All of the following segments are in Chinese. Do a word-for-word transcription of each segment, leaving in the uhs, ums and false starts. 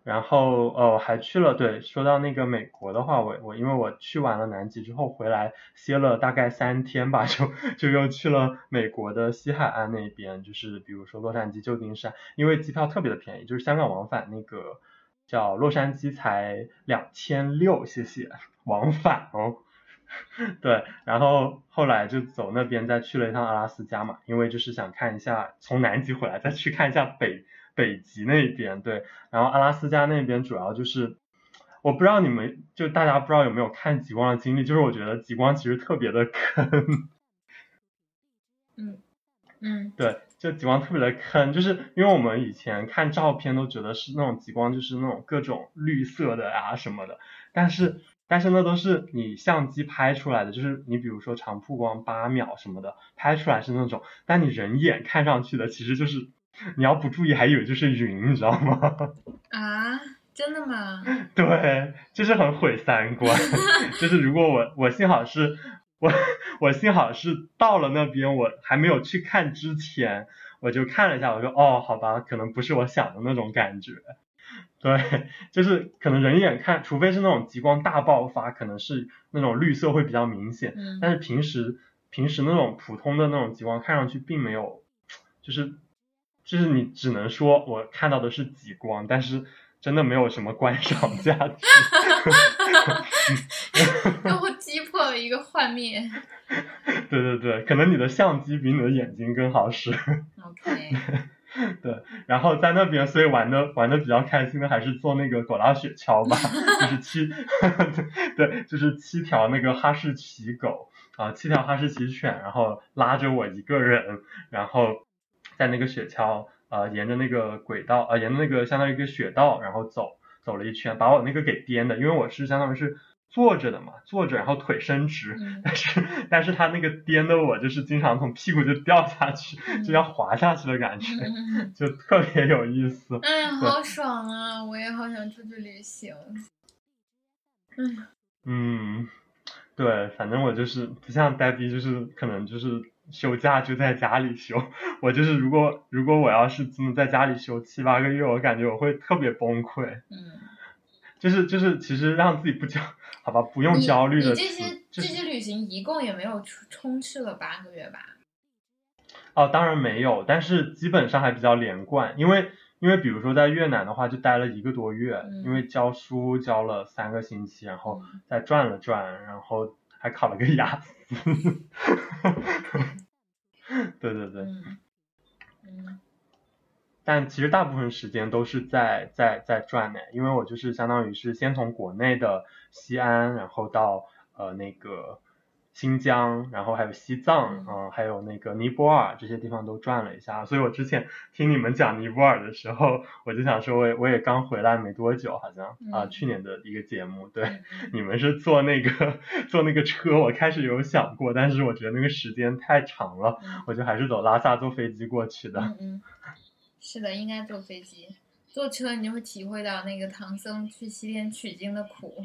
然后呃，还去了，对，说到那个美国的话，我我因为我去完了南极之后回来歇了大概三天吧，就就又去了美国的西海岸那边，就是比如说洛杉矶、旧金山，因为机票特别的便宜，就是香港往返那个叫洛杉矶才两千六，谢谢，往返哦。对，然后后来就走那边再去了一趟阿拉斯加嘛，因为就是想看一下从南极回来再去看一下北北极那边，对，然后阿拉斯加那边主要就是我不知道你们就大家不知道有没有看极光的经历，就是我觉得极光其实特别的坑。 嗯嗯， 对，就极光特别的坑，就是因为我们以前看照片都觉得是那种极光，就是那种各种绿色的啊什么的，但是但是那都是你相机拍出来的，就是你比如说长曝光八秒什么的，拍出来是那种，但你人眼看上去的其实就是你要不注意还以为就是云，你知道吗？ 啊，真的吗？ 对，就是很毁三观。就是如果我我幸好是我我幸好是到了那边，我还没有去看之前，我就看了一下，我说哦，好吧，可能不是我想的那种感觉。对，就是可能人眼看，除非是那种极光大爆发，可能是那种绿色会比较明显， 嗯， 但是平时平时那种普通的那种极光看上去并没有，就是就是你只能说我看到的是极光，但是真的没有什么观赏价值。 然后击破了一个幻灭。 对对对，可能你的相机比你的眼睛更好使。 OK， 对，然后在那边，所以玩的玩的比较开心的还是坐那个狗拉雪橇吧，就是七，对，就是七条那个哈士奇狗啊、呃七条哈士奇犬，然后拉着我一个人，然后在那个雪橇呃沿着那个轨道呃沿着那个相当于一个雪道，然后走走了一圈，把我那个给颠的，因为我是相当于是坐着的嘛，坐着然后腿伸直， 嗯但是但是他那个颠的我就是经常从屁股就掉下去， 嗯就要滑下去的感觉， 嗯， 就特别有意思。 哎呀， 对， 好爽啊！我也好想出去旅行。嗯， 嗯，对，反正我就是不像呆逼，就是可能就是休假就在家里休。我就是如果如果我要是真的在家里休七八个月，我感觉我会特别崩溃。 嗯， 就是就是其实让自己不焦，好吧，不用你焦虑的词， 你这些就是这些旅行一共也没有充充斥了八个月吧？ 哦，当然没有，但是基本上还比较连贯，因为因为比如说在越南的话，就待了一个多月，因为嗯教书教了三个星期，然后嗯再转了转，然后还考了个雅思。 ，OK， 对对对， 嗯嗯但其实大部分时间都是在在在转呢，因为我就是相当于是先从国内的西安，然后到呃那个新疆，然后还有西藏，嗯、 嗯呃还有那个尼泊尔这些地方都转了一下。所以我之前听你们讲尼泊尔的时候，我就想说我也我也刚回来没多久，好像啊、呃嗯去年的一个节目，对， 嗯嗯你们是坐那个坐那个车，我开始有想过，但是我觉得那个时间太长了， 嗯我就还是走拉萨坐飞机过去的。 嗯嗯，是的，应该坐飞机，坐车你就会体会到那个唐僧去西天取经的苦。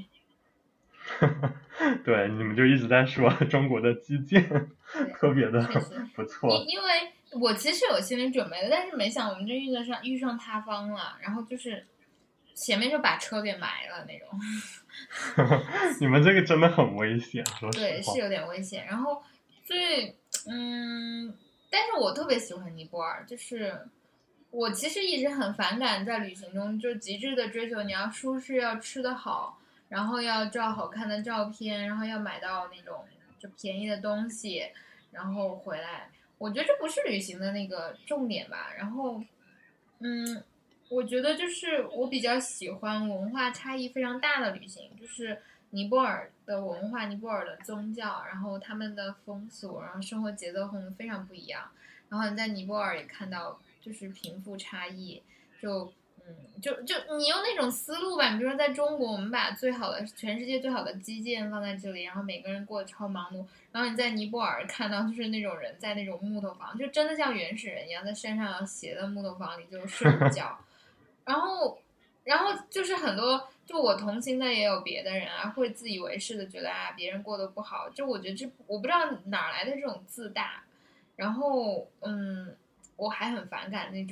对，你们就一直在说中国的基建对， 特别的确实， 不错。 因因为我其实有心理准备的，但是没想我们这遇得上遇上塌方了，然后就是前面就把车给埋了那种。 你们这个真的很危险，说实对， 话是。有点危险。然后最嗯，但是我特别喜欢尼泊尔，就是我其实一直很反感在旅行中就极致的追求你要舒适，要吃得好，然后要照好看的照片，然后要买到那种就便宜的东西，然后回来。我觉得这不是旅行的那个重点吧。然后嗯，我觉得就是我比较喜欢文化差异非常大的旅行，就是尼泊尔的文化、尼泊尔的宗教，然后他们的风俗，然后生活节奏和我们非常不一样。然后你在尼泊尔也看到就是贫富差异，就嗯，就就你用那种思路吧，你比如说在中国，我们把最好的全世界最好的基建放在这里，然后每个人过得超忙碌，然后你在尼泊尔看到就是那种人在那种木头房，就真的像原始人一样在山上斜的木头房里就睡午觉，然后然后就是很多就我同行的也有别的人啊，会自以为是的觉得啊别人过得不好，就我觉得这我不知道哪来的这种自大，然后嗯，我还很反感那种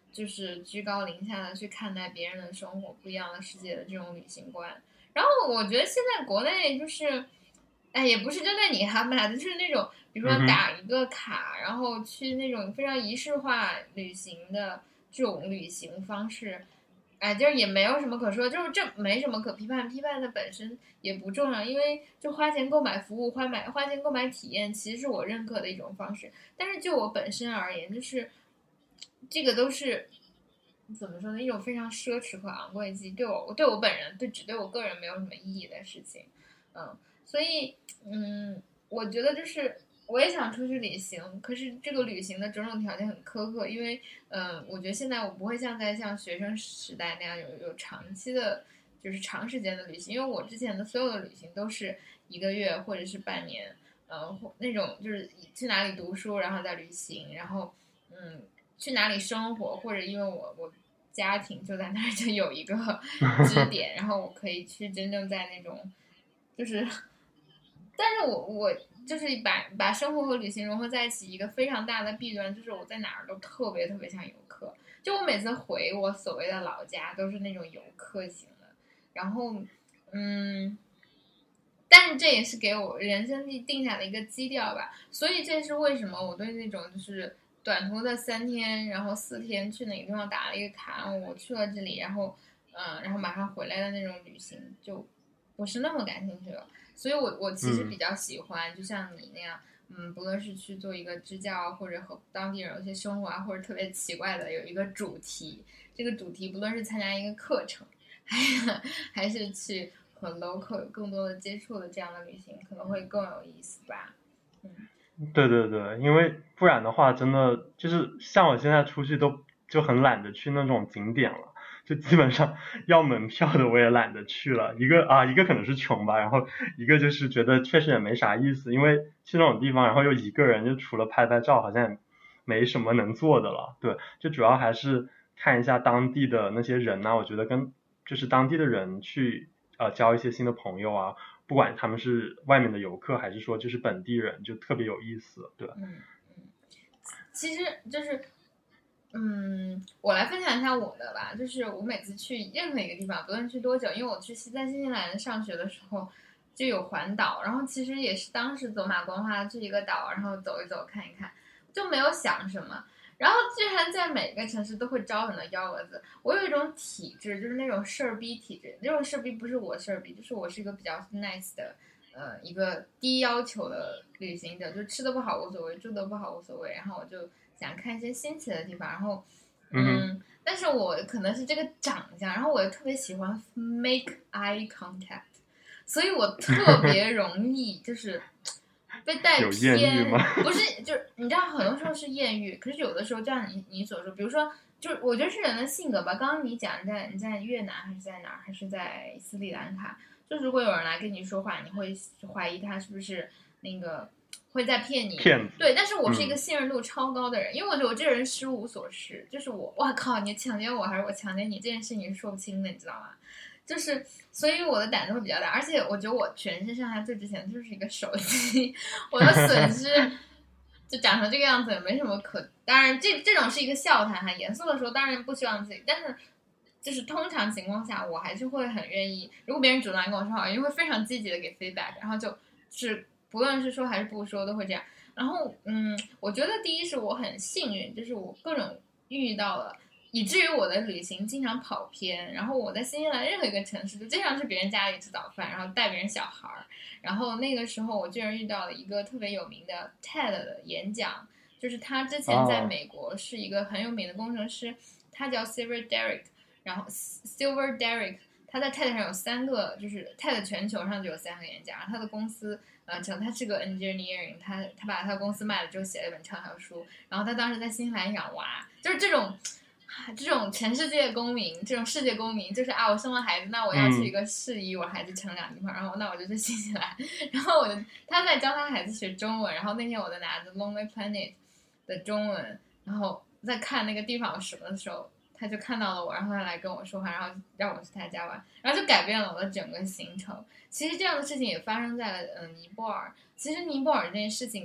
就是居高临下的去看待别人的生活、不一样的世界的这种旅行观。然后我觉得现在国内就是，哎，也不是针对你哈买的，就是那种比如说嗯哼， 打一个卡，然后去那种非常仪式化旅行的这种旅行方式。哎，就是也没有什么可说，就是这没什么可批判，批判的本身也不重要，因为就花钱购买服务，花买花钱购买体验，其实是我认可的一种方式。但是就我本身而言，就是这个都是怎么说呢？一种非常奢侈和昂贵，以及对我对我本人对只对我个人没有什么意义的事情。嗯，所以嗯，我觉得就是我也想出去旅行，可是这个旅行的种种条件很苛刻，因为嗯，我觉得现在我不会像在像学生时代那样有有长期的，就是长时间的旅行，因为我之前的所有的旅行都是一个月或者是半年。呃，那种就是去哪里读书，然后再旅行，然后嗯，去哪里生活，或者因为我我家庭就在那儿，就有一个支点，然后我可以去真正在那种，就是，但是我我就是把把生活和旅行融合在一起，一个非常大的弊端就是我在哪儿都特别特别像游客，就我每次回我所谓的老家都是那种游客型的，然后嗯。但是这也是给我人生定下的一个基调吧，所以这是为什么我对那种就是短途的三天，然后四天去哪个地方打了一个卡，我去了这里，然后嗯，然后马上回来的那种旅行就不是那么感兴趣了。所以我我其实比嗯， 较喜欢，就像你那样，嗯，不论是去做一个支教，或者和当地人有些生活啊，或者特别奇怪的有一个主题，这个主题不论是参加一个课程，还还是去和 local 有更多的接触的这样的旅行，可能会更有意思吧。嗯对对对，因为不然的话，真的就是像我现在出去都就很懒得去那种景点了，就基本上要门票的我也懒得去了。一个啊，一个可能是穷吧，然后一个就是觉得确实也没啥意思，因为去那种地方，然后又一个人，就除了拍拍照，好像也没什么能做的了。对，就主要还是看一下当地的那些人呐、我觉得跟就是当地的人去呃交一些新的朋友啊。不管他们是外面的游客还是说就是本地人，就特别有意思，对。 嗯嗯，其实就是嗯，我来分享一下我的吧。就是我每次去任何一个地方，不论去多久，因为我去西在新西兰上学的时候就有环岛，然后其实也是当时走马观花去一个岛，然后走一走看一看，就没有想什么。然后居然在每个城市都会招很多幺蛾子。我有一种体质，就是那种事儿逼体质。那种事儿逼不是我事儿逼，就是我是一个比较 nice 的，呃，一个低要求的旅行者，就吃的不好无所谓，住的不好无所谓，然后我就想看一些新奇的地方，然后， 嗯哼， 嗯，但是我可能是这个长相，然后我又特别喜欢 make eye contact，所以我特别容易就是被带有艳遇吗？ 偏，不是，就是你知道，很多时候是艳遇，可是有的时候，就像你你所说，比如说，就是我觉得是人的性格吧。刚刚你讲你在你在越南还是在哪儿，还是在斯里兰卡，就如果有人来跟你说话，你会怀疑他是不是那个会在骗你。 骗子， 对，但是我是一个嗯， 信任度超高的人，因为我觉得我这个人失无所失，就是我，哇靠，你强奸我还是我强奸你，这件事情是说不清的，你知道吗？就是，所以我的胆子会比较大，而且我觉得我全身上下最值钱的就是一个手机，我的损失就长成这个样子也没什么可。当然这这种是一个笑谈哈，严肃的时候当然不希望自己，但是就是通常情况下我还是会很愿意，如果别人主动来跟我说话，我就会非常积极的给 feedback，然后就是不论是说还是不说都会这样。然后嗯，我觉得第一是我很幸运，就是我各种遇到了。以至于我的旅行经常跑偏，然后我在新西兰任何一个城市就经常去别人家里吃早饭，然后带别人小孩儿。然后那个时候我居然遇到了一个特别有名的 T E D 的演讲，就是他之前在啊， 美国是一个很有名的工程师，他叫 Silver Derek，然后 Silver Derek，他在 T E D 上有三个，就是 T E D 全球上就有三个演讲，他的公司。呃，讲他是个 engineering，他他把他的公司卖了之后写了一本畅销书，然后他当时在新西兰养娃，就是这种这种全世界公民，这种世界公民，就是啊，我生了孩子，那我要去一嗯， 个适宜我孩子成长的地方，然后那我就去新西兰，然后我就他在教他孩子学中文，然后那天我在拿着 Lonely Planet 的中文，然后在看那个地方有什么的时候，他就看到了我，然后他来跟我说话，然后让我去他家玩，然后就改变了我的整个行程。其实这样的事情也发生在了嗯尼泊尔。其实尼泊尔这件事情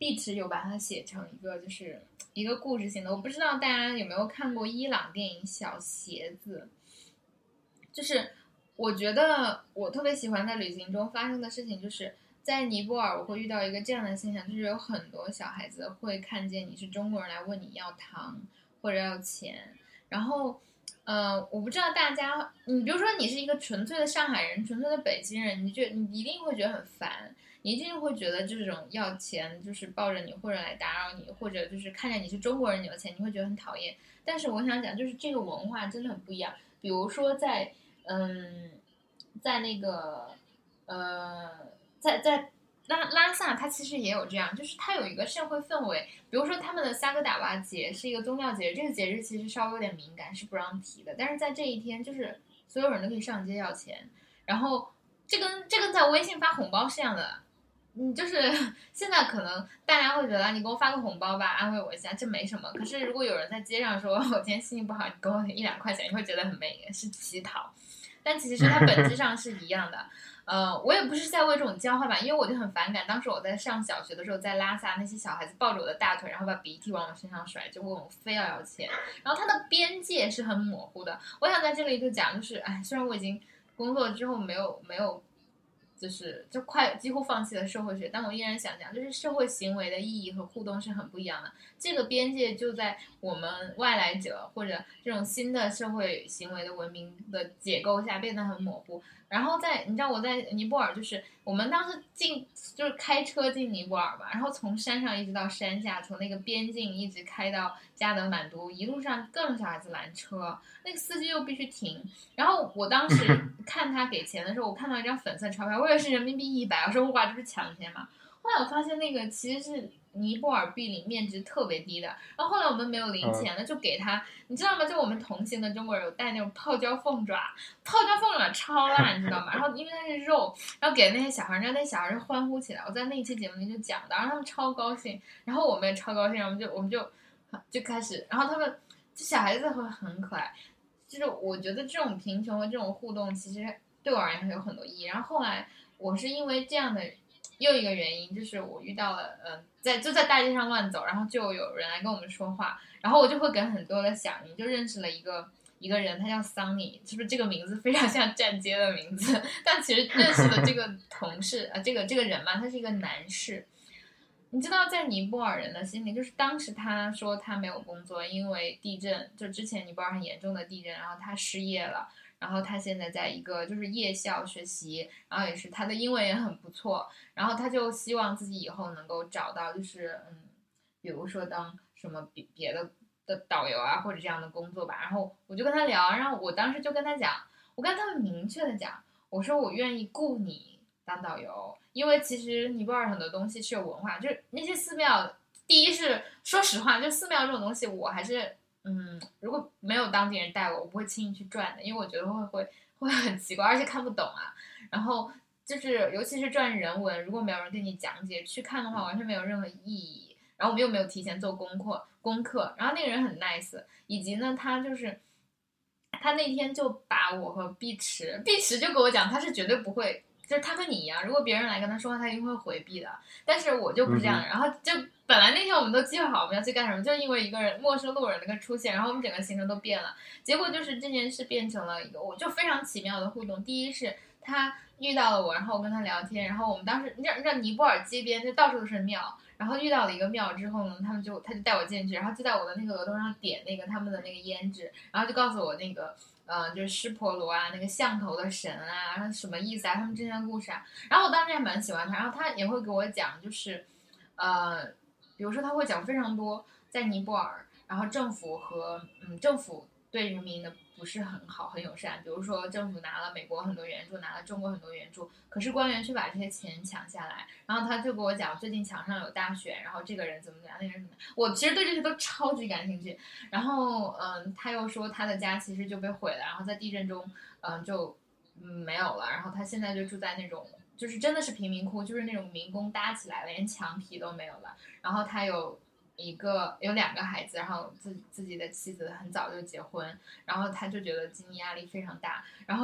碧池有把它写成一个就是一个故事性的。我不知道大家有没有看过伊朗电影《小鞋子》，就是我觉得我特别喜欢在旅行中发生的事情，就是在尼泊尔我会遇到一个这样的现象，就是有很多小孩子会看见你是中国人来问你要糖或者要钱，然后呃，我不知道大家，你比如说你是一个纯粹的上海人，纯粹的北京人，你觉你一定会觉得很烦，你一定会觉得这种要钱就是抱着你或者来打扰你，或者就是看见你是中国人你有钱，你会觉得很讨厌。但是我想讲，就是这个文化真的很不一样。比如说在嗯，在那个呃，在在拉拉萨，它其实也有这样，就是它有一个社会氛围。比如说他们的萨格达瓦节是一个宗教节日，这个节日其实稍微有点敏感，是不让提的。但是在这一天，就是所有人都可以上街要钱，然后这跟这跟在微信发红包是一样的。嗯，就是现在可能大家会觉得你给我发个红包吧，安慰我一下，这没什么。可是如果有人在街上说我今天心情不好，你给我一两块钱，你会觉得很美，是乞讨。但其实它本质上是一样的。呃，我也不是在为这种交换吧，因为我就很反感，当时我在上小学的时候，在拉萨那些小孩子抱着我的大腿，然后把鼻涕往我身上甩，就问我非要要钱。然后它的边界是很模糊的。我想在这里就讲，就是哎，虽然我已经工作之后没有没有。就是就快几乎放弃了社会学，但我依然想讲，就是社会行为的意义和互动是很不一样的。这个边界就在我们外来者或者这种新的社会行为的文明的解构下变得很模糊。然后在你知道我在尼泊尔，就是我们当时进就是开车进尼泊尔嘛，然后从山上一直到山下，从那个边境一直开到加德满都，一路上各种小孩子拦车，那个司机又必须停。然后我当时看他给钱的时候，我看到一张粉色钞票，我以为是人民币一百，我说哇，这不是抢钱吗？后来我发现那个其实是尼泊尔币里面值特别低的。然后后来我们没有零钱了，就给他，你知道吗？就我们同行的中国人有带那种泡椒凤爪，泡椒凤爪超辣，你知道吗？然后因为它是肉，然后给那些小孩，让那些小孩就欢呼起来。我在那一期节目里就讲的，然后他们超高兴，然后我们也超高兴，我们就我们就就开始，然后他们就小孩子会很可爱。就是我觉得这种贫穷和这种互动，其实对我而言有很多意义。然后后来我是因为这样的又一个原因，就是我遇到了，嗯、呃，在就在大街上乱走，然后就有人来跟我们说话，然后我就会给很多的响应，就认识了一个一个人，他叫桑尼，是不是这个名字非常像站街的名字？但其实认识的这个同事啊、呃，这个这个人嘛，他是一个男士。你知道，在尼泊尔人的心里，就是当时他说他没有工作，因为地震，就之前尼泊尔很严重的地震，然后他失业了，然后他现在在一个就是夜校学习，然后也是他的英文也很不错，然后他就希望自己以后能够找到就是嗯，比如说当什么别别的的导游啊或者这样的工作吧，然后我就跟他聊，然后我当时就跟他讲，我跟他们明确的讲，我说我愿意雇你当导游。因为其实尼泊尔很多东西是有文化，就是那些寺庙。第一是说实话，就寺庙这种东西，我还是嗯，如果没有当地人带我，我不会轻易去转的，因为我觉得会会会很奇怪，而且看不懂啊。然后就是尤其是转人文，如果没有人给你讲解，去看的话完全没有任何意义。然后我们又没有提前做功课功课，然后那个人很 nice，以及呢，他就是他那天就把我和碧池，碧池就跟我讲，他是绝对不会。就是他跟你一样，如果别人来跟他说话，他一定会回避的。但是我就不是这样。嗯、然后就本来那天我们都计划好我们要去干什么，就因为一个人陌生路人的一个出现，然后我们整个行程都变了。结果就是这件事变成了一个我就非常奇妙的互动。第一是他遇到了我，然后我跟他聊天，然后我们当时你知道你知道尼泊尔街边就到处都是庙，然后遇到了一个庙之后呢，他们就他就带我进去，然后就在我的那个额头上点那个他们的那个胭脂，然后就告诉我那个。嗯、呃，就是湿婆罗啊，那个象头的神啊，什么意思啊？他们之间的故事啊。然后我当时也蛮喜欢他，然后他也会给我讲，就是，呃，比如说他会讲非常多在尼泊尔，然后政府和嗯政府对人民的不是很好，很友善。比如说政府拿了美国很多援助，拿了中国很多援助，可是官员却把这些钱抢下来。然后他就给我讲，最近墙上有大选，然后这个人怎么怎么样，那个人怎么样。我其实对这些都超级感兴趣。然后嗯，他又说他的家其实就被毁了，然后在地震中嗯就嗯没有了，然后他现在就住在那种就是真的是贫民窟，就是那种民工搭起来了，连墙皮都没有了。然后他有一个有两个孩子，然后自自己的妻子很早就结婚，然后他就觉得经济压力非常大。然后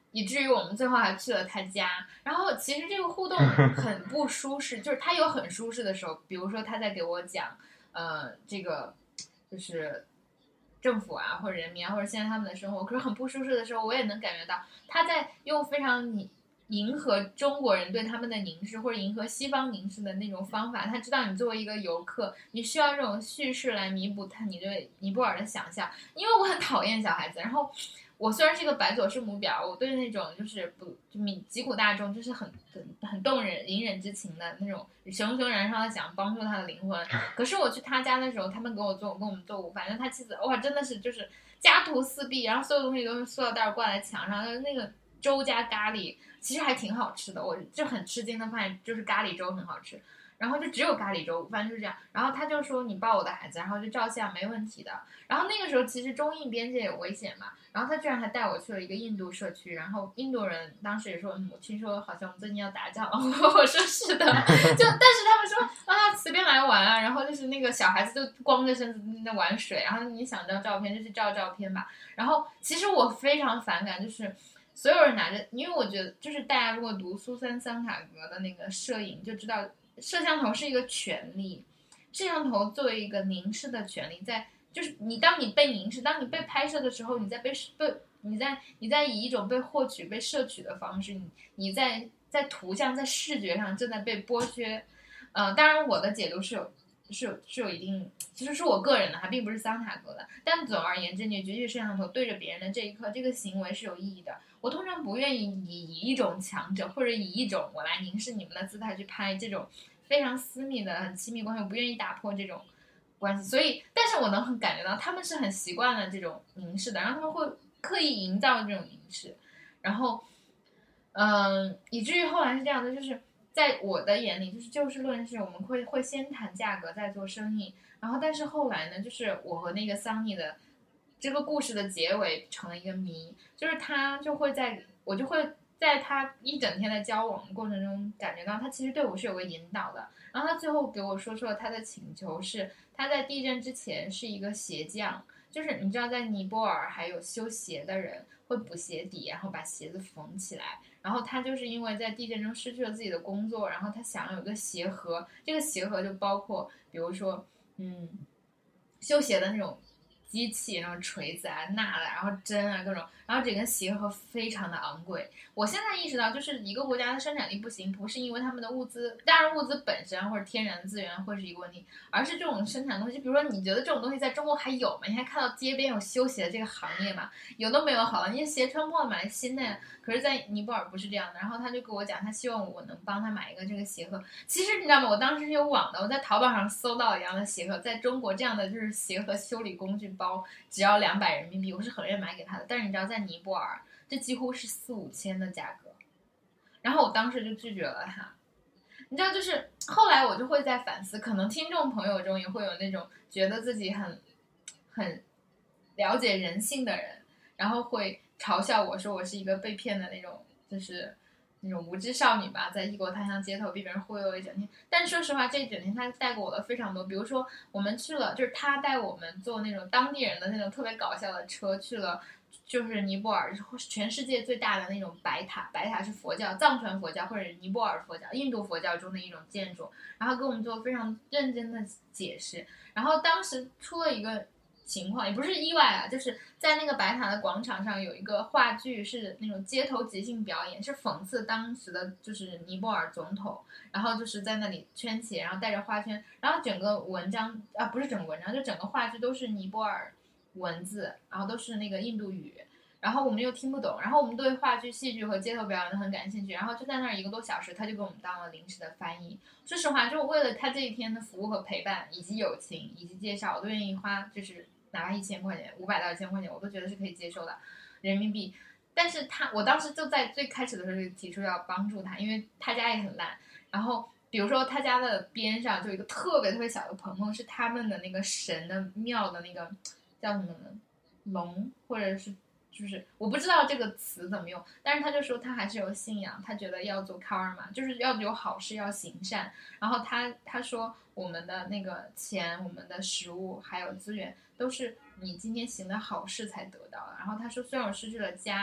以至于我们最后还去了他家。然后其实这个互动很不舒适，就是他有很舒适的时候，比如说他在给我讲，呃，这个就是政府啊，或者人民啊，或者现在他们的生活，可是很不舒适的时候，我也能感觉到他在用非常你迎合中国人对他们的凝视，或者迎合西方凝视的那种方法。他知道你作为一个游客，你需要这种叙事来弥补他你对尼泊尔的想象。因为我很讨厌小孩子，然后我虽然是一个白左氏母表，我对那种就是不就米疾苦大众，就是很很很动人隐忍之情的那种熊熊燃烧的想帮助他的灵魂。可是我去他家的时候，他们给我做跟我们做午饭，反正他妻子哇真的是就是家徒四壁，然后所有东西都是塑料袋挂在墙上，那个粥加咖喱其实还挺好吃的，我就很吃惊的发现就是咖喱粥很好吃。然后就只有咖喱粥，反正就是这样。然后他就说你抱我的孩子，然后就照相没问题的。然后那个时候其实中印边界有危险嘛，然后他居然还带我去了一个印度社区，然后印度人当时也说，嗯，我听说好像我们最近要打仗了，我说是的，就但是他们说啊随便来玩啊，然后就是那个小孩子就光着身子在玩水，然后你想照照片就去照照片吧。然后其实我非常反感就是。所有人拿着，因为我觉得就是大家如果读苏珊·桑塔格的那个摄影，就知道摄像头是一个权利，摄像头作为一个凝视的权利，在就是你当你被凝视，当你被拍摄的时候，你在被被你在你在以一种被获取、被摄取的方式，你你在在图像在视觉上正在被剥削。呃，当然我的解读是有是有是有一定，其实是我个人的，还并不是桑塔格的。但总而言之，你举起摄像头对着别人的这一刻，这个行为是有意义的。我通常不愿意以以一种强者或者以一种我来凝视你们的姿态去拍这种非常私密的很亲密关系，我不愿意打破这种关系。所以，但是我能很感觉到他们是很习惯了这种凝视的，然后他们会刻意营造这种凝视，然后，嗯，以至于后来是这样的，就是在我的眼里，就是就事论事，我们会会先谈价格再做生意。然后，但是后来呢，就是我和那个桑尼的这个故事的结尾成了一个谜，就是他就会在我就会在他一整天的交往过程中感觉到他其实对我是有个引导的。然后他最后给我说出了他的请求是他在地震之前是一个鞋匠，就是你知道在尼泊尔还有修鞋的人会补鞋底，然后把鞋子缝起来。然后他就是因为在地震中失去了自己的工作，然后他想有个鞋盒，这个鞋盒就包括比如说嗯修鞋的那种机器，然后锤子啊、钠的，然后针啊各种，然后整个鞋盒非常的昂贵。我现在意识到，就是一个国家的生产力不行，不是因为他们的物资，当然物资本身或者天然资源会是一个问题，而是这种生产东西，比如说你觉得这种东西在中国还有吗？你还看到街边有修鞋的这个行业吗？有都没有好了，你鞋穿破了买新的呀。可是，在尼泊尔不是这样的。然后他就跟我讲，他希望我能帮他买一个这个鞋盒。其实你知道吗？我当时是有网的，我在淘宝上搜到一样的鞋盒，在中国这样的就是鞋盒修理工具包只要两百人民币，我是很愿意买给他的。但是你知道，在尼泊尔这几乎是四五千的价格，然后我当时就拒绝了他。你知道，就是后来我就会在反思，可能听众朋友中也会有那种觉得自己很很了解人性的人，然后会嘲笑我说我是一个被骗的那种，就是那种无知少女吧，在异国他乡街头被别人忽悠一整天。但说实话，这一整天他带给我的非常多，比如说我们去了，就是他带我们坐那种当地人的那种特别搞笑的车去了。就是尼泊尔全世界最大的那种白塔，白塔是佛教藏传佛教或者尼泊尔佛教印度佛教中的一种建筑，然后给我们做非常认真的解释。然后当时出了一个情况，也不是意外啊，就是在那个白塔的广场上有一个话剧，是那种街头即兴表演，是讽刺当时的就是尼泊尔总统，然后就是在那里圈起，然后带着花圈，然后整个文章啊不是整个文章，就整个话剧都是尼泊尔文字，然后都是那个印度语，然后我们又听不懂，然后我们对话剧、戏剧和街头表演都很感兴趣，然后就在那儿一个多小时，他就给我们当了临时的翻译。说实话，就为了他这一天的服务和陪伴，以及友情，以及介绍，我都愿意花，就是哪怕一千块钱、五百到一千块钱，我都觉得是可以接受的人民币。但是他，我当时就在最开始的时候就提出要帮助他，因为他家也很烂，然后。比如说他家的边上就有一个特别特别小的棚棚，是他们的那个神的庙的那个叫什么呢？龙，或者是就是我不知道这个词怎么用，但是他就说他还是有信仰，他觉得要做卡尔玛，就是要有好事，要行善。然后他他说我们的那个钱、我们的食物还有资源都是你今天行的好事才得到的。然后他说虽然我失去了家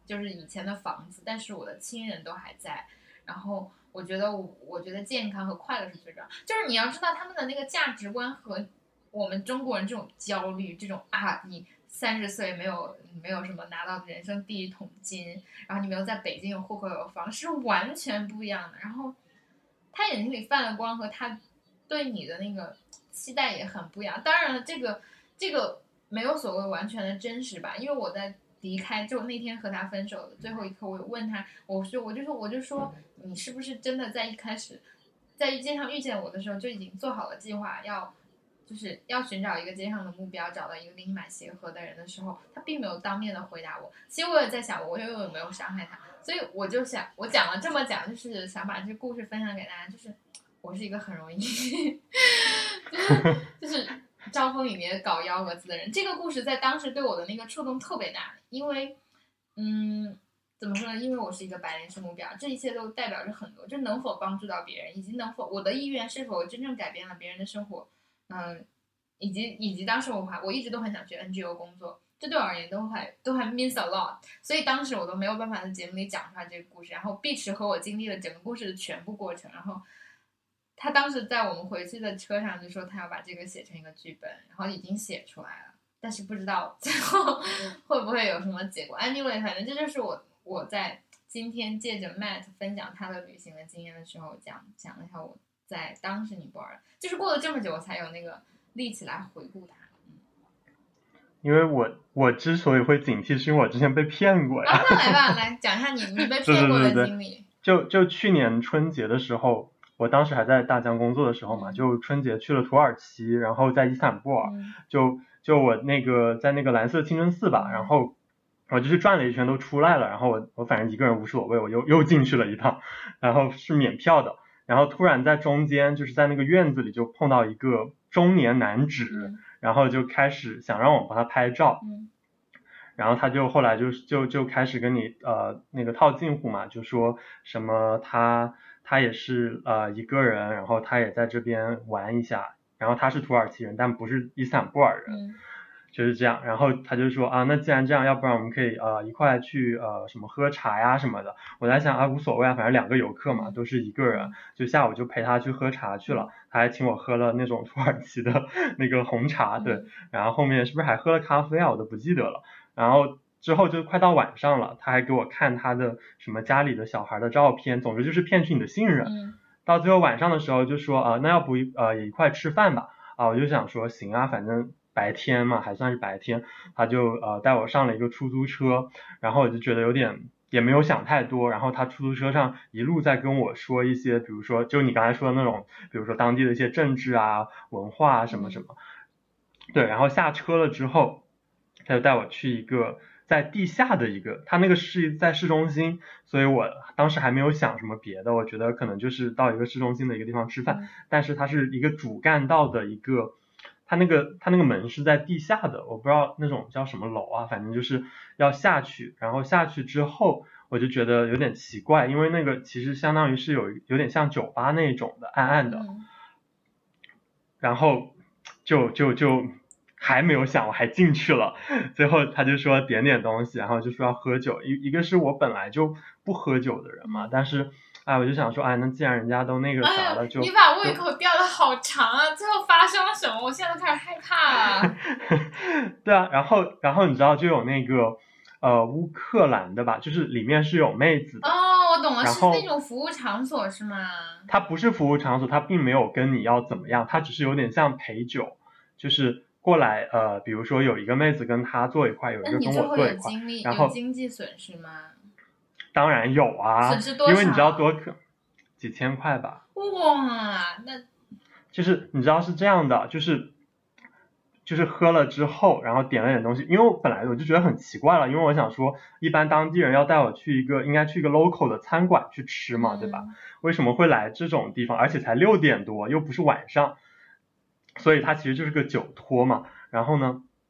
就是以前的房子，但是我的亲人都还在。然后我觉得我我觉得健康和快乐是最重要，就是你要知道他们的那个价值观和我们中国人这种焦虑，这种啊你三十岁没有没有什么拿到人生第一桶金，然后你没有在北京有户口有房，是完全不一样的。然后他眼睛里泛了光和他对你的那个期待也很不一样。当然了，这个这个没有所谓完全的真实吧，因为我在离开就那天和他分手的最后一刻，我有问他，我说我就说我就说你是不是真的在一开始在街上遇见我的时候就已经做好了计划，要就是要寻找一个街上的目标，找到一个跟你蛮协和的人的时候，他并没有当面的回答我。其实我也在想，我又有没有伤害他，所以我就想，我讲了这么讲，就是想把这故事分享给大家，就是我是一个很容易就是就是招风引蝶搞幺蛾子的人。这个故事在当时对我的那个触动特别大，因为嗯怎么说呢，因为我是一个白领是目标，这一切都代表着很多，就能否帮助到别人，以及能否我的意愿是否真正改变了别人的生活，嗯，以及以及当时我还我一直都很想去 N G O 工作，这对我而言都还都还 means a lot， 所以当时我都没有办法在节目里讲出来这个故事。然后碧池和我经历了整个故事的全部过程，然后他当时在我们回去的车上就说他要把这个写成一个剧本，然后已经写出来了，但是不知道最后会不会有什么结果。Anyway， 反正这就是我我在今天借着 Matt 分享他的旅行的经验的时候讲讲了一下我在当时尼泊尔，就是过了这么久我才有那个力气来回顾它。 因为我我之所以会警惕，是因为我之前被骗过呀。 啊，那来吧，来讲一下你你被骗过的经历。 对对对对，就就去年春节的时候，我当时还在大疆工作的时候嘛， 嗯、 就春节去了土耳其，然后在伊斯坦布尔， 嗯、 就就我那个在那个蓝色清真寺吧， 嗯、 然后我就是转了一圈都出来了，然后我我反正一个人无所谓，我又又进去了一趟，然后是免票的，然后突然在中间就是在那个院子里就碰到一个中年男子。 嗯， 然后就开始想让我帮他拍照， 嗯， 然后他就后来就就就开始跟你呃那个套近乎嘛，就说什么他他也是呃一个人，然后他也在这边玩一下，然后他是土耳其人，但不是伊斯坦布尔人， 嗯， 就是这样。然后他就说啊，那既然这样，要不然我们可以呃一块去呃什么喝茶呀什么的。我在想啊，无所谓啊，反正两个游客嘛，都是一个人，就下午就陪他去喝茶去了。他还请我喝了那种土耳其的那个红茶，对，然后后面是不是还喝了咖啡啊？我都不记得了。然后之后就快到晚上了，他还给我看他的什么家里的小孩的照片，总之就是骗取你的信任。 嗯， 到最后晚上的时候就说啊、呃，那要不呃也一块吃饭吧？啊，我就想说行啊，反正白天嘛，还算是白天，他就呃带我上了一个出租车，然后我就觉得有点也没有想太多，然后他出租车上一路在跟我说一些，比如说就你刚才说的那种，比如说当地的一些政治啊、文化啊什么什么，对，然后下车了之后，他就带我去一个在地下的一个，他那个是在市中心，所以我当时还没有想什么别的，我觉得可能就是到一个市中心的一个地方吃饭，但是它是一个主干道的一个。它那个它那个门是在地下的，我不知道那种叫什么楼啊，反正就是要下去，然后下去之后我就觉得有点奇怪，因为那个其实相当于是有有点像酒吧那种的暗暗的， 嗯、 然后就就就还没有想我还进去了，最后他就说点点东西，然后就说要喝酒，一一个是我本来就不喝酒的人嘛，但是哎，我就想说，哎，那既然人家都那个啥了，就、 哎、你把胃口吊得好长啊！最后发生了什么？我现在都开始害怕了。 对啊，然后然后你知道就有那个呃乌克兰的吧，就是里面是有妹子的。 哦，我懂了，是那种服务场所是吗？ 它不是服务场所，它并没有跟你要怎么样，它只是有点像陪酒，就是过来呃，比如说有一个妹子跟他坐一块，有一个跟我坐一块，然后有经济损失吗？ 当然有啊， 损失多少？ 因为你知道多可几千块吧。 哇，那就是你知道是这样的，就是就是喝了之后，然后点了点东西，因为我本来我就觉得很奇怪了，因为我想说，一般当地人要带我去一个应该去一个 local 的餐馆去吃嘛， 嗯、 对吧？为什么会来这种地方，而且才六点多，又不是晚上，所以它其实就是个酒托嘛。然后呢，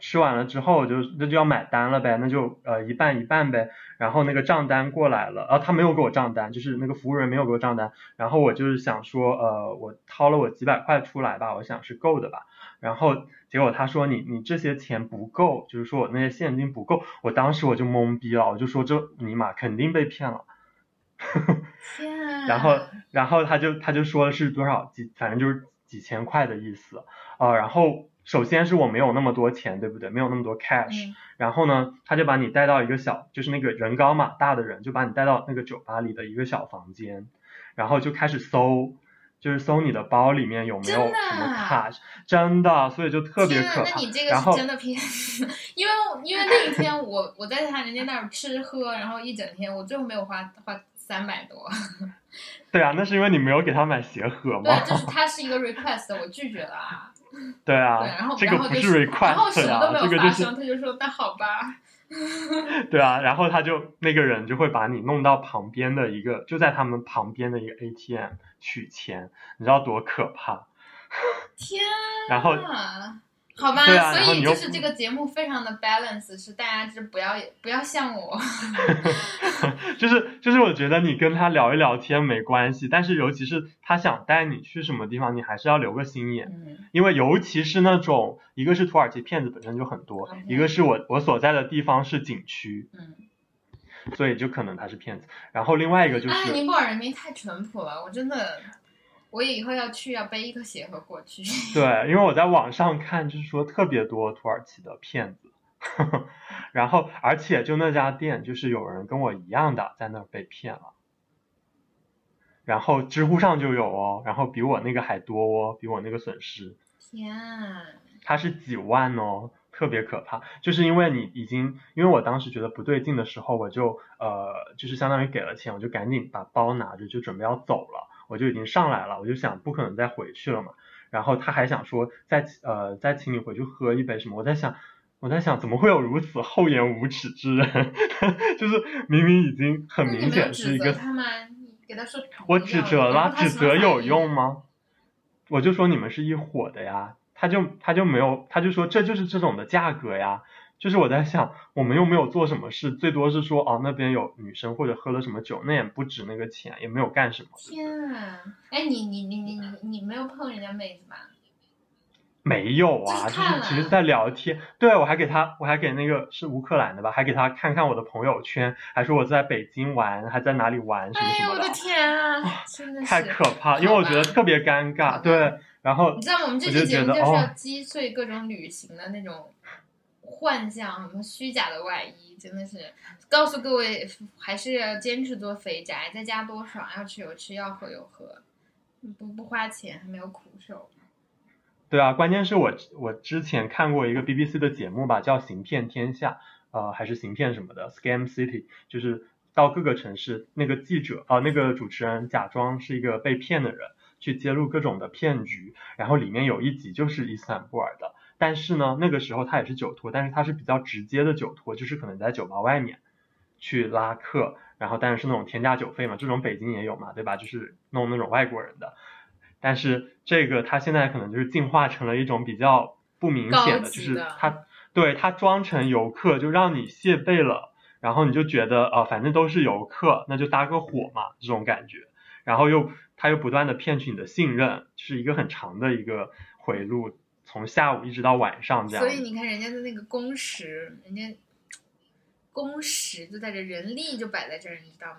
吃完了之后就那就要买单了呗，那就呃一半一半呗。然后那个账单过来了，啊他没有给我账单，就是那个服务人没有给我账单。然后我就是想说，呃我掏了我几百块出来吧，我想是够的吧。然后结果他说你你这些钱不够，就是说我那些现金不够。我当时我就懵逼了，我就说这尼玛肯定被骗了。 天啊！ 然后然后他就他就说是多少几，反正就是几千块的意思。呃然后首先是我没有那么多钱，对不对？没有那么多 cash、 嗯、 然后呢他就把你带到一个小，就是那个人高马大的人就把你带到那个酒吧里的一个小房间，然后就开始搜，就是搜你的包里面有没有什么卡。真的，所以就特别可怕。 那你这个是真的骗因为因为那一天我我在他人家那儿吃喝，然后一整天我最后没有花花三百多。 对啊，那是因为你没有给他买鞋盒嘛。 对，就是他是一个 request， 我拒绝了啊。 对啊， 对，然后这个不是 request 啊， 然后什么都没有发生， 这个就是、 他就说那好吧。 对啊，然后他就那个人就会把你弄到旁边的一个，就在他们旁边的一个 A T M 取钱，你知道多可怕？ 天啊！ 然后好吧， 对啊、 所以就是这个节目非常的 balance， 是大家就是不要不要像我。 就是就是我觉得你跟他聊一聊天没关系，但是尤其是他想带你去什么地方，你还是要留个心眼、 嗯、 因为尤其是那种一个是土耳其骗子本身就很多、 嗯、 一个是我我所在的地方是景区， 嗯， 所以就可能他是骗子。然后另外一个就是， 哎，尼泊尔人民太淳朴了，我真的。我以后要去要背一个鞋盒过去。 对，因为我在网上看，就是说特别多土耳其的骗子，然后而且就那家店，就是有人跟我一样的在那儿被骗了，然后知乎上就有哦，然后比我那个还多哦，比我那个损失。 天啊！ 它是几万哦，特别可怕。就是因为你已经，因为我当时觉得不对劲的时候，我就呃，就是相当于给了钱，我就赶紧把包拿着，就准备要走了。我就已经上来了，我就想不可能再回去了嘛。然后他还想说再呃再请你回去喝一杯什么，我在想我在想怎么会有如此厚颜无耻之人？就是明明已经很明显是一个， 他吗？给他说我指责了，指责有用吗？我就说你们是一伙的呀，他就他就没有，他就说这就是这种的价格呀。就是我在想，我们又没有做什么事，最多是说哦那边有女生或者喝了什么酒，那也不值那个钱，也没有干什么。 天啊！哎，你你你你你你没有碰人家妹子吧？ 没有啊， 就是, 就是其实在聊天。对，我还给他，我还给那个是乌克兰的吧，还给他看看我的朋友圈，还说我在北京玩，还在哪里玩什么什么的。 哎呦我的天啊！真的是太可怕，因为我觉得特别尴尬。对，然后你知道我们这期节目就是要击碎各种旅行的那种幻象，什么虚假的外衣，真的是告诉各位，还是要坚持做肥宅，在家多爽，要吃有吃，要喝有喝，不不花钱还没有苦受。 对啊，关键是我我之前看过一个 B B C 的节目吧，叫《行骗天下》，呃，还是行骗什么的 ，Scam City， 就是到各个城市，那个记者啊、呃，那个主持人假装是一个被骗的人，去揭露各种的骗局，然后里面有一集就是伊斯坦布尔的，但是呢，那个时候他也是酒托，但是他是比较直接的酒托，就是可能在酒吧外面去拉客，然后但是是那种天价酒费嘛，这种北京也有嘛，对吧？就是弄那种外国人的。但是这个他现在可能就是进化成了一种比较不明显的，就是他对他装成游客，就让你谢背了，然后你就觉得呃反正都是游客，那就搭个伙嘛，这种感觉。然后又他又不断的骗取你的信任，是一个很长的一个回路，从下午一直到晚上这样。 所以你看人家的那个工时，人家工时就在这，人力就摆在这儿，你知道吗？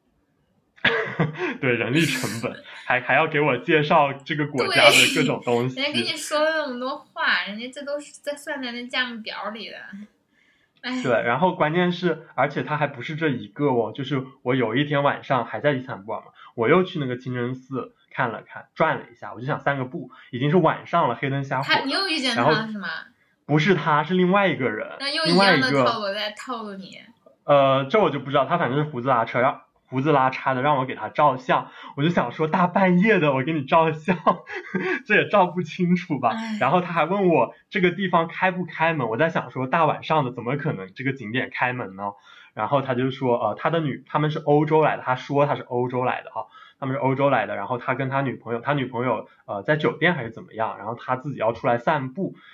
对，人力成本还还要给我介绍这个国家的各种东西， 人家跟你说了那么多话，人家这都是在算在那价目表里的。哎， 对，然后关键是，而且他还不是这一个哦，就是我有一天晚上还在伊斯坦布尔嘛，我又去那个清真寺看了看，转了一下，我就想散个步，已经是晚上了，黑灯瞎火。 他你又遇见他了是吗？ 不是他，是另外一个人， 那又一样的套路在套路你。 呃，这我就不知道，他反正是胡子拉扯，让胡子拉碴的让我给他照相，我就想说大半夜的我给你照相，这也照不清楚吧。然后他还问我这个地方开不开门，我在想说大晚上的怎么可能这个景点开门呢？然后他就说呃他的女他们是欧洲来的，他说他是欧洲来的哈，他们是欧洲来的，然后他跟他女朋友，他女朋友呃在酒店还是怎么样，然后他自己要出来散步。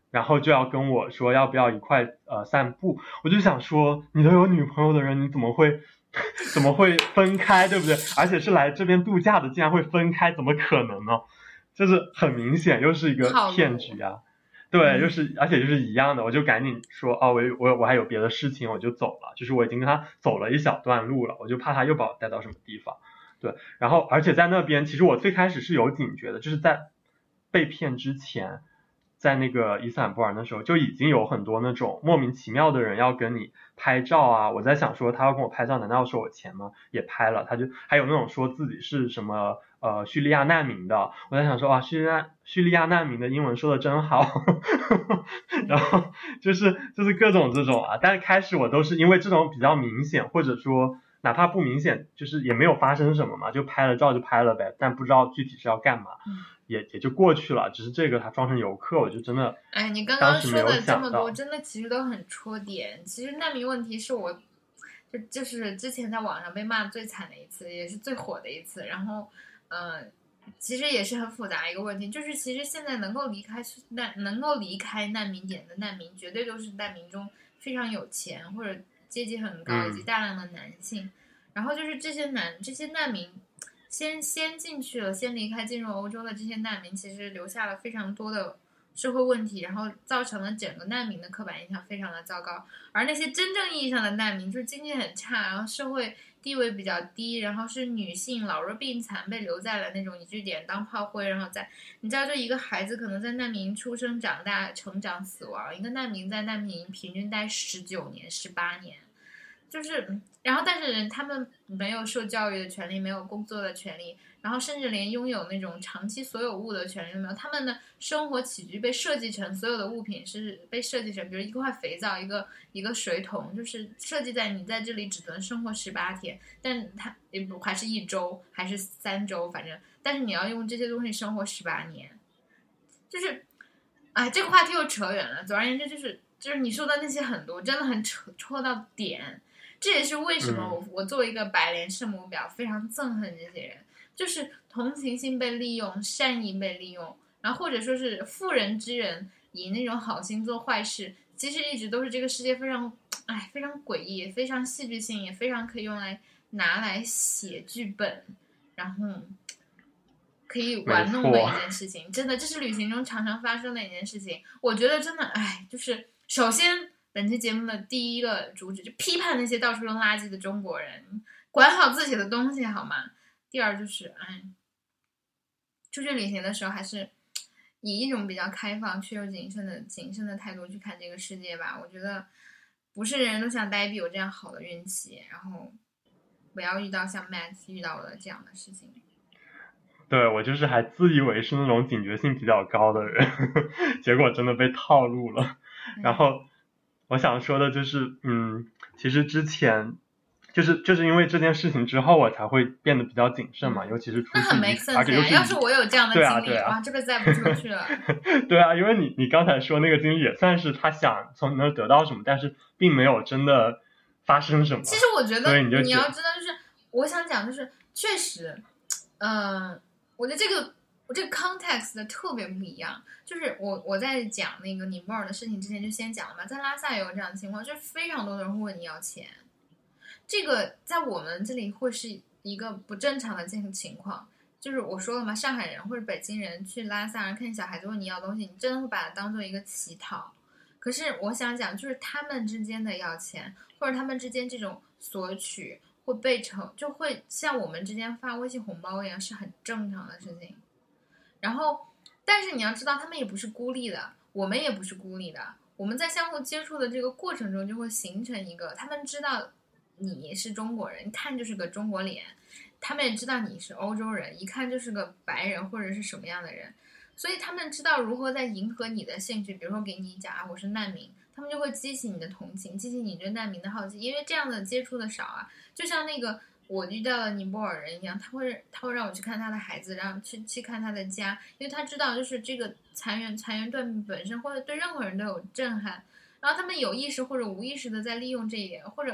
然后就要跟我说要不要一块呃散步，我就想说你都有女朋友的人，你怎么会怎么会分开，对不对？而且是来这边度假的，竟然会分开，怎么可能呢？就是很明显又是一个骗局啊。对，就是而且就是一样的，我就赶紧说哦，我我我还有别的事情，我就走了。就是我已经跟他走了一小段路了，我就怕他又把我带到什么地方。对，然后而且在那边，其实我最开始是有警觉的，就是在被骗之前，在那个伊斯坦布尔那时候就已经有很多那种莫名其妙的人要跟你拍照啊。我在想说他要跟我拍照，难道要收我钱吗？也拍了，他就还有那种说自己是什么呃叙利亚难民的，我在想说哇，叙利亚叙利亚难民的英文说的真好，然后就是就是各种这种啊。但是开始我都是因为这种比较明显，或者说哪怕不明显，就是也没有发生什么嘛，就拍了照就拍了呗，但不知道具体是要干嘛。 嗯也也就过去了，只是这个他装成游客，我就真的， 哎，你刚刚说的这么多，真的其实都很戳点。其实难民问题是我，就就是之前在网上被骂最惨的一次，也是最火的一次。然后，嗯、呃，其实也是很复杂一个问题，就是其实现在能够离开难能够离开难民点的难民，绝对都是难民中非常有钱或者阶级很高以及大量的男性。嗯、然后就是这些男这些难民。先先进去了，先离开进入欧洲的这些难民，其实留下了非常多的社会问题，然后造成了整个难民的刻板印象非常的糟糕。而那些真正意义上的难民，就是经济很差，然后社会地位比较低，然后是女性老弱病残，被留在了那种据点当炮灰，然后在你知道，这一个孩子可能在难民出生、长大、成长、死亡，一个难民在难民营平均待十九年、十八年。就是，然后但是人他们没有受教育的权利，没有工作的权利，然后甚至连拥有那种长期所有物的权利都没有。他们的生活起居被设计成所有的物品是被设计成，比如一块肥皂，一个一个水桶，就是设计在你在这里只能生活十八天，但它也不还是一周，还是三周，反正，但是你要用这些东西生活十八年，就是，哎，这个话题又扯远了。总而言之，就是就是你说的那些很多，真的很扯戳到点。这也是为什么我、嗯、我作为一个白莲圣母婊非常憎恨这些人，就是同情心被利用，善意被利用，然后或者说是妇人之仁以那种好心做坏事，其实一直都是这个世界非常哎非常诡异，非常戏剧性，也非常可以用来拿来写剧本，然后可以玩弄的一件事情。真的，这是旅行中常常发生的一件事情。我觉得真的哎，就是首先本期节目的第一个主旨就批判那些到处扔垃圾的中国人，管好自己的东西好吗？第二就是，哎，出去旅行的时候还是以一种比较开放却又谨慎的谨慎的态度去看这个世界吧。我觉得不是人人都像呆比有这样好的运气，然后不要遇到像 Max 遇到的这样的事情。 对，我就是还自以为是那种警觉性比较高的人，结果真的被套路了。 嗯、 然后我想说的就是，嗯，其实之前就是就是因为这件事情之后，我才会变得比较谨慎嘛， 嗯、 尤其是出去， 那很 make sense 而且又是要是我有这样的经历， 对啊对啊、 哇，这辈子再不出去了。 对啊，因为你你刚才说那个经历也算是他想从你那儿得到什么，但是并没有真的发生什么。 其实我觉得你, 你要知道，就是我想讲，就是确实，嗯、呃，我觉得这个。我这个 context 的特别不一样，就是我我在讲那个尼泊尔的事情之前就先讲了嘛，在拉萨也有这样的情况，就是非常多的人会问你要钱，这个在我们这里会是一个不正常的情况，就是我说了嘛，上海人或者北京人去拉萨看小孩子问你要东西，你真的会把它当做一个乞讨。可是我想讲，就是他们之间的要钱，或者他们之间这种索取会被成，就会像我们之间发微信红包一样，是很正常的事情。然后，但是你要知道，他们也不是孤立的，我们也不是孤立的。我们在相互接触的这个过程中，就会形成一个，他们知道你是中国人，一看就是个中国脸；他们也知道你是欧洲人，一看就是个白人或者是什么样的人。所以他们知道如何在迎合你的兴趣，比如说给你讲啊，我是难民，他们就会激起你的同情，激起你对难民的好奇，因为这样的接触的少啊，就像那个。我遇到了尼泊尔人一样，他会他会让我去看他的孩子，让去去看他的家，因为他知道就是这个残垣残垣断壁本身或者对任何人都有震撼，然后他们有意识或者无意识的在利用这一点，或者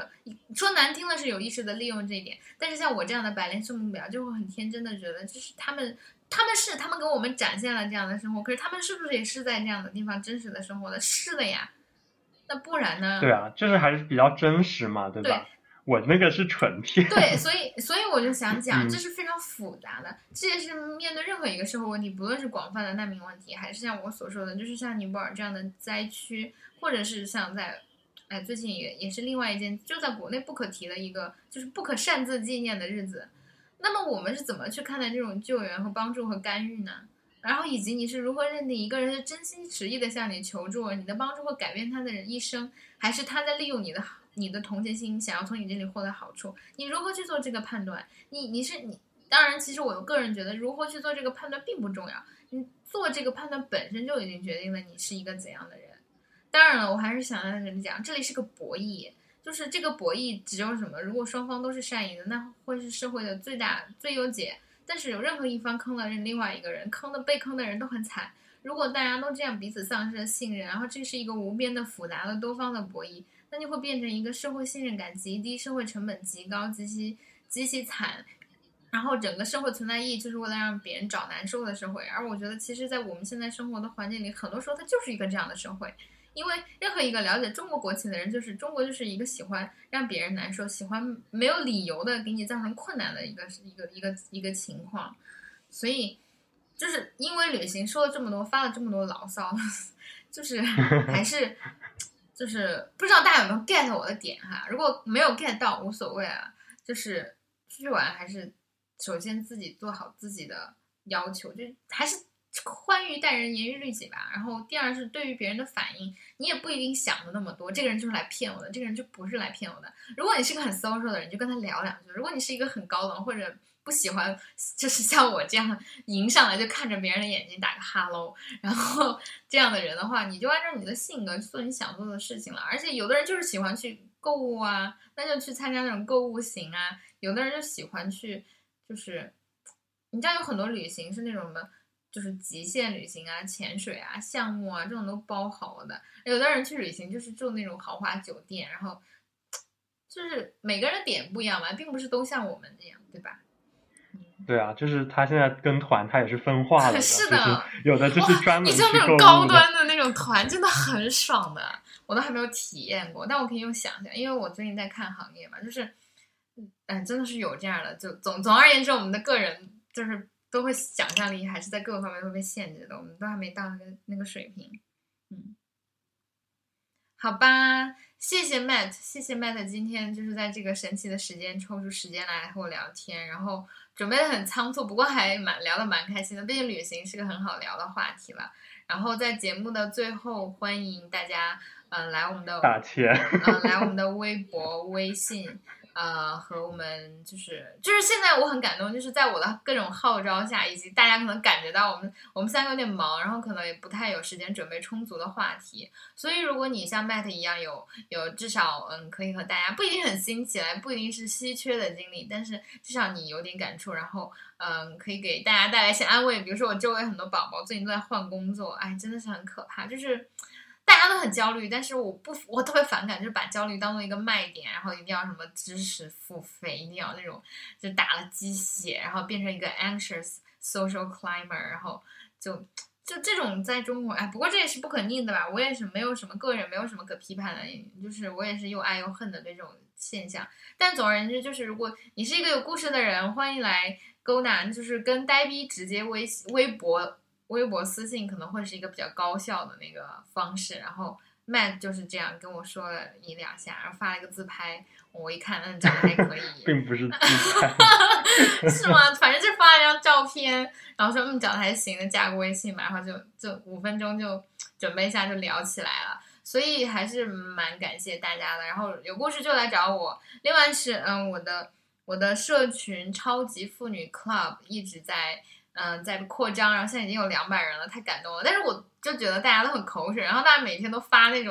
说难听的是有意识的利用这一点，但是像我这样的白莲圣母婊就会很天真的觉得，就是他们他们是他们给我们展现了这样的生活，可是他们是不是也是在这样的地方真实的生活的？是的呀，那不然呢？ 对啊，就是还是比较真实嘛，对吧？ 对， 我那个是纯骗。 对，所以所以我就想讲， 嗯这是非常复杂的，这也是面对任何一个社会问题，不论是广泛的难民问题，还是像我所说的，就是像尼泊尔这样的灾区，或者是像在。哎，最近也也是另外一件就在国内不可提的一个，就是不可擅自纪念的日子。那么我们是怎么去看待这种救援和帮助和干预呢？然后以及你是如何认定一个人是真心实意的向你求助，你的帮助会改变他的人一生，还是他在利用你的你的同情心，想要从你这里获得好处？你如何去做这个判断？你你是你，当然，其实我个人觉得，如何去做这个判断并不重要，你做这个判断本身就已经决定了你是一个怎样的人。当然了，我还是想在这里讲，这里是个博弈，就是这个博弈只有什么？如果双方都是善意的，那会是社会的最大最优解。但是有任何一方坑了另外一个人，坑的被坑的人都很惨。如果大家都这样彼此丧失了信任，然后这是一个无边的复杂的多方的博弈，那就会变成一个社会信任感极低、社会成本极高、极其极其惨，然后整个社会存在意义就是为了让别人找难受的社会。而我觉得，其实，在我们现在生活的环境里，很多时候它就是一个这样的社会。因为任何一个了解中国国情的人，就是中国就是一个喜欢让别人难受、喜欢没有理由的给你造成困难的一个一个一个一个情况。所以，就是因为旅行说了这么多，发了这么多牢骚，就是还是就是不知道大家有没有 get 我的点哈？如果没有 get 到无所谓啊，就是出去玩还是首先自己做好自己的要求，就还是。宽于待人，严于律己吧。然后第二是对于别人的反应，你也不一定想的那么多。这个人就是来骗我的，这个人就不是来骗我的。如果你是个很 social 的人，你就跟他聊两句；如果你是一个很高冷或者不喜欢，就是像我这样迎上来就看着别人的眼睛打个 hello， 然后这样的人的话，你就按照你的性格去做你想做的事情了。而且有的人就是喜欢去购物啊，那就去参加那种购物行啊。有的人就喜欢去，就是你知道有很多旅行是那种什么。就是极限旅行啊、潜水啊、项目啊，这种都包好了的。有的人去旅行就是住那种豪华酒店，然后就是每个人的点不一样嘛，并不是都像我们这样，对吧？ 对啊，就是他现在跟团，他也是分化了的。 是的， 就是有的就是专门你像那种高端的那种团，真的很爽的，我都还没有体验过，但我可以用想象，因为我最近在看行业嘛，就是，嗯，真的是有这样的。就总总而言之，我们的个人就是。都会想象力还是在各个方面都会被限制的，我们都还没到那个那个水平。嗯，好吧，谢谢 Matt， 谢谢 Matt 今天就是在这个神奇的时间抽出时间来和我聊天，然后准备的很仓促，不过还蛮聊的蛮开心的，毕竟旅行是个很好聊的话题了。然后在节目的最后，欢迎大家嗯、呃、来我们的打钱， 嗯、呃、来我们的微博、微信。呃，和我们就是就是现在我很感动，就是在我的各种号召下，以及大家可能感觉到我们我们三个有点忙，然后可能也不太有时间准备充足的话题。所以如果你像 Matt 一样有有至少嗯可以和大家不一定很新奇来，不一定是稀缺的经历，但是至少你有点感触，然后嗯可以给大家带来一些安慰。比如说我周围很多宝宝最近都在换工作，哎，真的是很可怕，就是。大家都很焦虑，但是我不，我特别反感，就是把焦虑当做一个卖点，然后一定要什么知识付费，一定要那种就打了鸡血，然后变成一个 anxious social climber，然后就就这种在中国，哎，不过这也是不可逆的吧，我也是没有什么个人，没有什么可批判的，就是我也是又爱又恨的这种现象。但总而言之，就是如果你是一个有故事的人，欢迎来勾搭，就是跟呆逼直接微微博。微博私信可能会是一个比较高效的那个方式，然后 Matt 就是这样跟我说了一两下，然后发了一个自拍，我一看，嗯，长得还可以， 并不是自拍， 是吗？反正就发了一张照片，然后说嗯，长得还行的，加个微信嘛，然后就就五分钟就准备一下就聊起来了，所以还是蛮感谢大家的。然后有故事就来找我，另外是嗯，我的我的社群超级妇女 Club 一直在。嗯，在扩张，然后现在已经有两百人了，太感动了。但是我就觉得大家都很口水，然后大家每天都发那种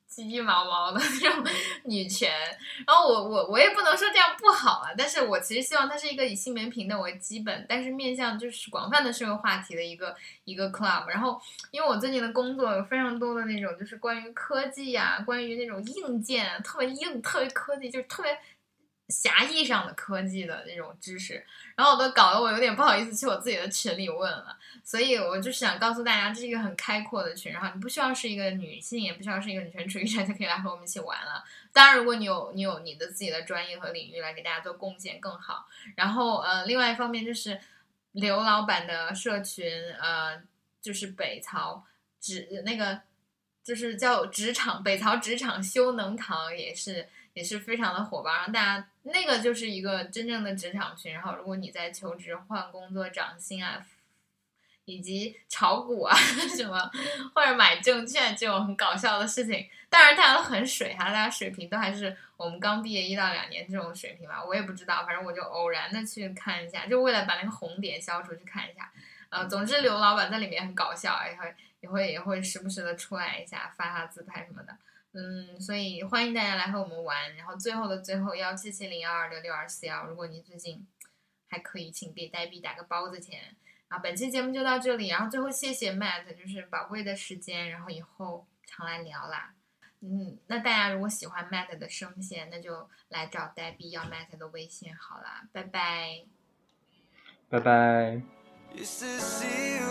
鸡鸡毛毛的那种女权，然后我我我也不能说这样不好啊，但是我其实希望它是一个以性别平等为基本，但是面向就是广泛的社会话题的一个一个 club。然后因为我最近的工作有非常多的那种就是关于科技啊，关于那种硬件、啊、特别硬、特别科技，就是特别狭义上的科技的那种知识，然后我都搞得我有点不好意思去我自己的群里问了。所以我就是想告诉大家，这是一个很开阔的群，然后你不需要是一个女性，也不需要是一个女权主义者就可以来和我们一起玩了。当然，如果你有你有你的自己的专业和领域来给大家做贡献更好。然后呃，另外一方面就是刘老板的社群，呃，就是北曹职那个就是叫职场北曹职场修能堂，也是也是非常的火爆，让大家那个就是一个真正的职场群。然后如果你在求职、换工作、涨薪啊，以及炒股啊什么，或者买证券这种很搞笑的事情，当然大家都很水哈，大家水平都还是我们刚毕业一到两年这种水平吧，我也不知道，反正我就偶然的去看一下，就为了把那个红点消除去看一下。呃，总之刘老板在里面很搞笑，也会也会也会时不时的出来一下，发下自拍什么的。嗯，所以欢迎大家来和我们玩。然后最后的最后，幺七七零幺二六六二四幺，如果你最近还可以，请给呆币打个包子钱。啊，本期节目就到这里，然后最后谢谢 Matt， 就是宝贵的时间，然后以后常来聊啦。嗯，那大家如果喜欢 Matt 的声线，那就来找呆币要 Matt 的微信好啦，拜拜， 拜拜。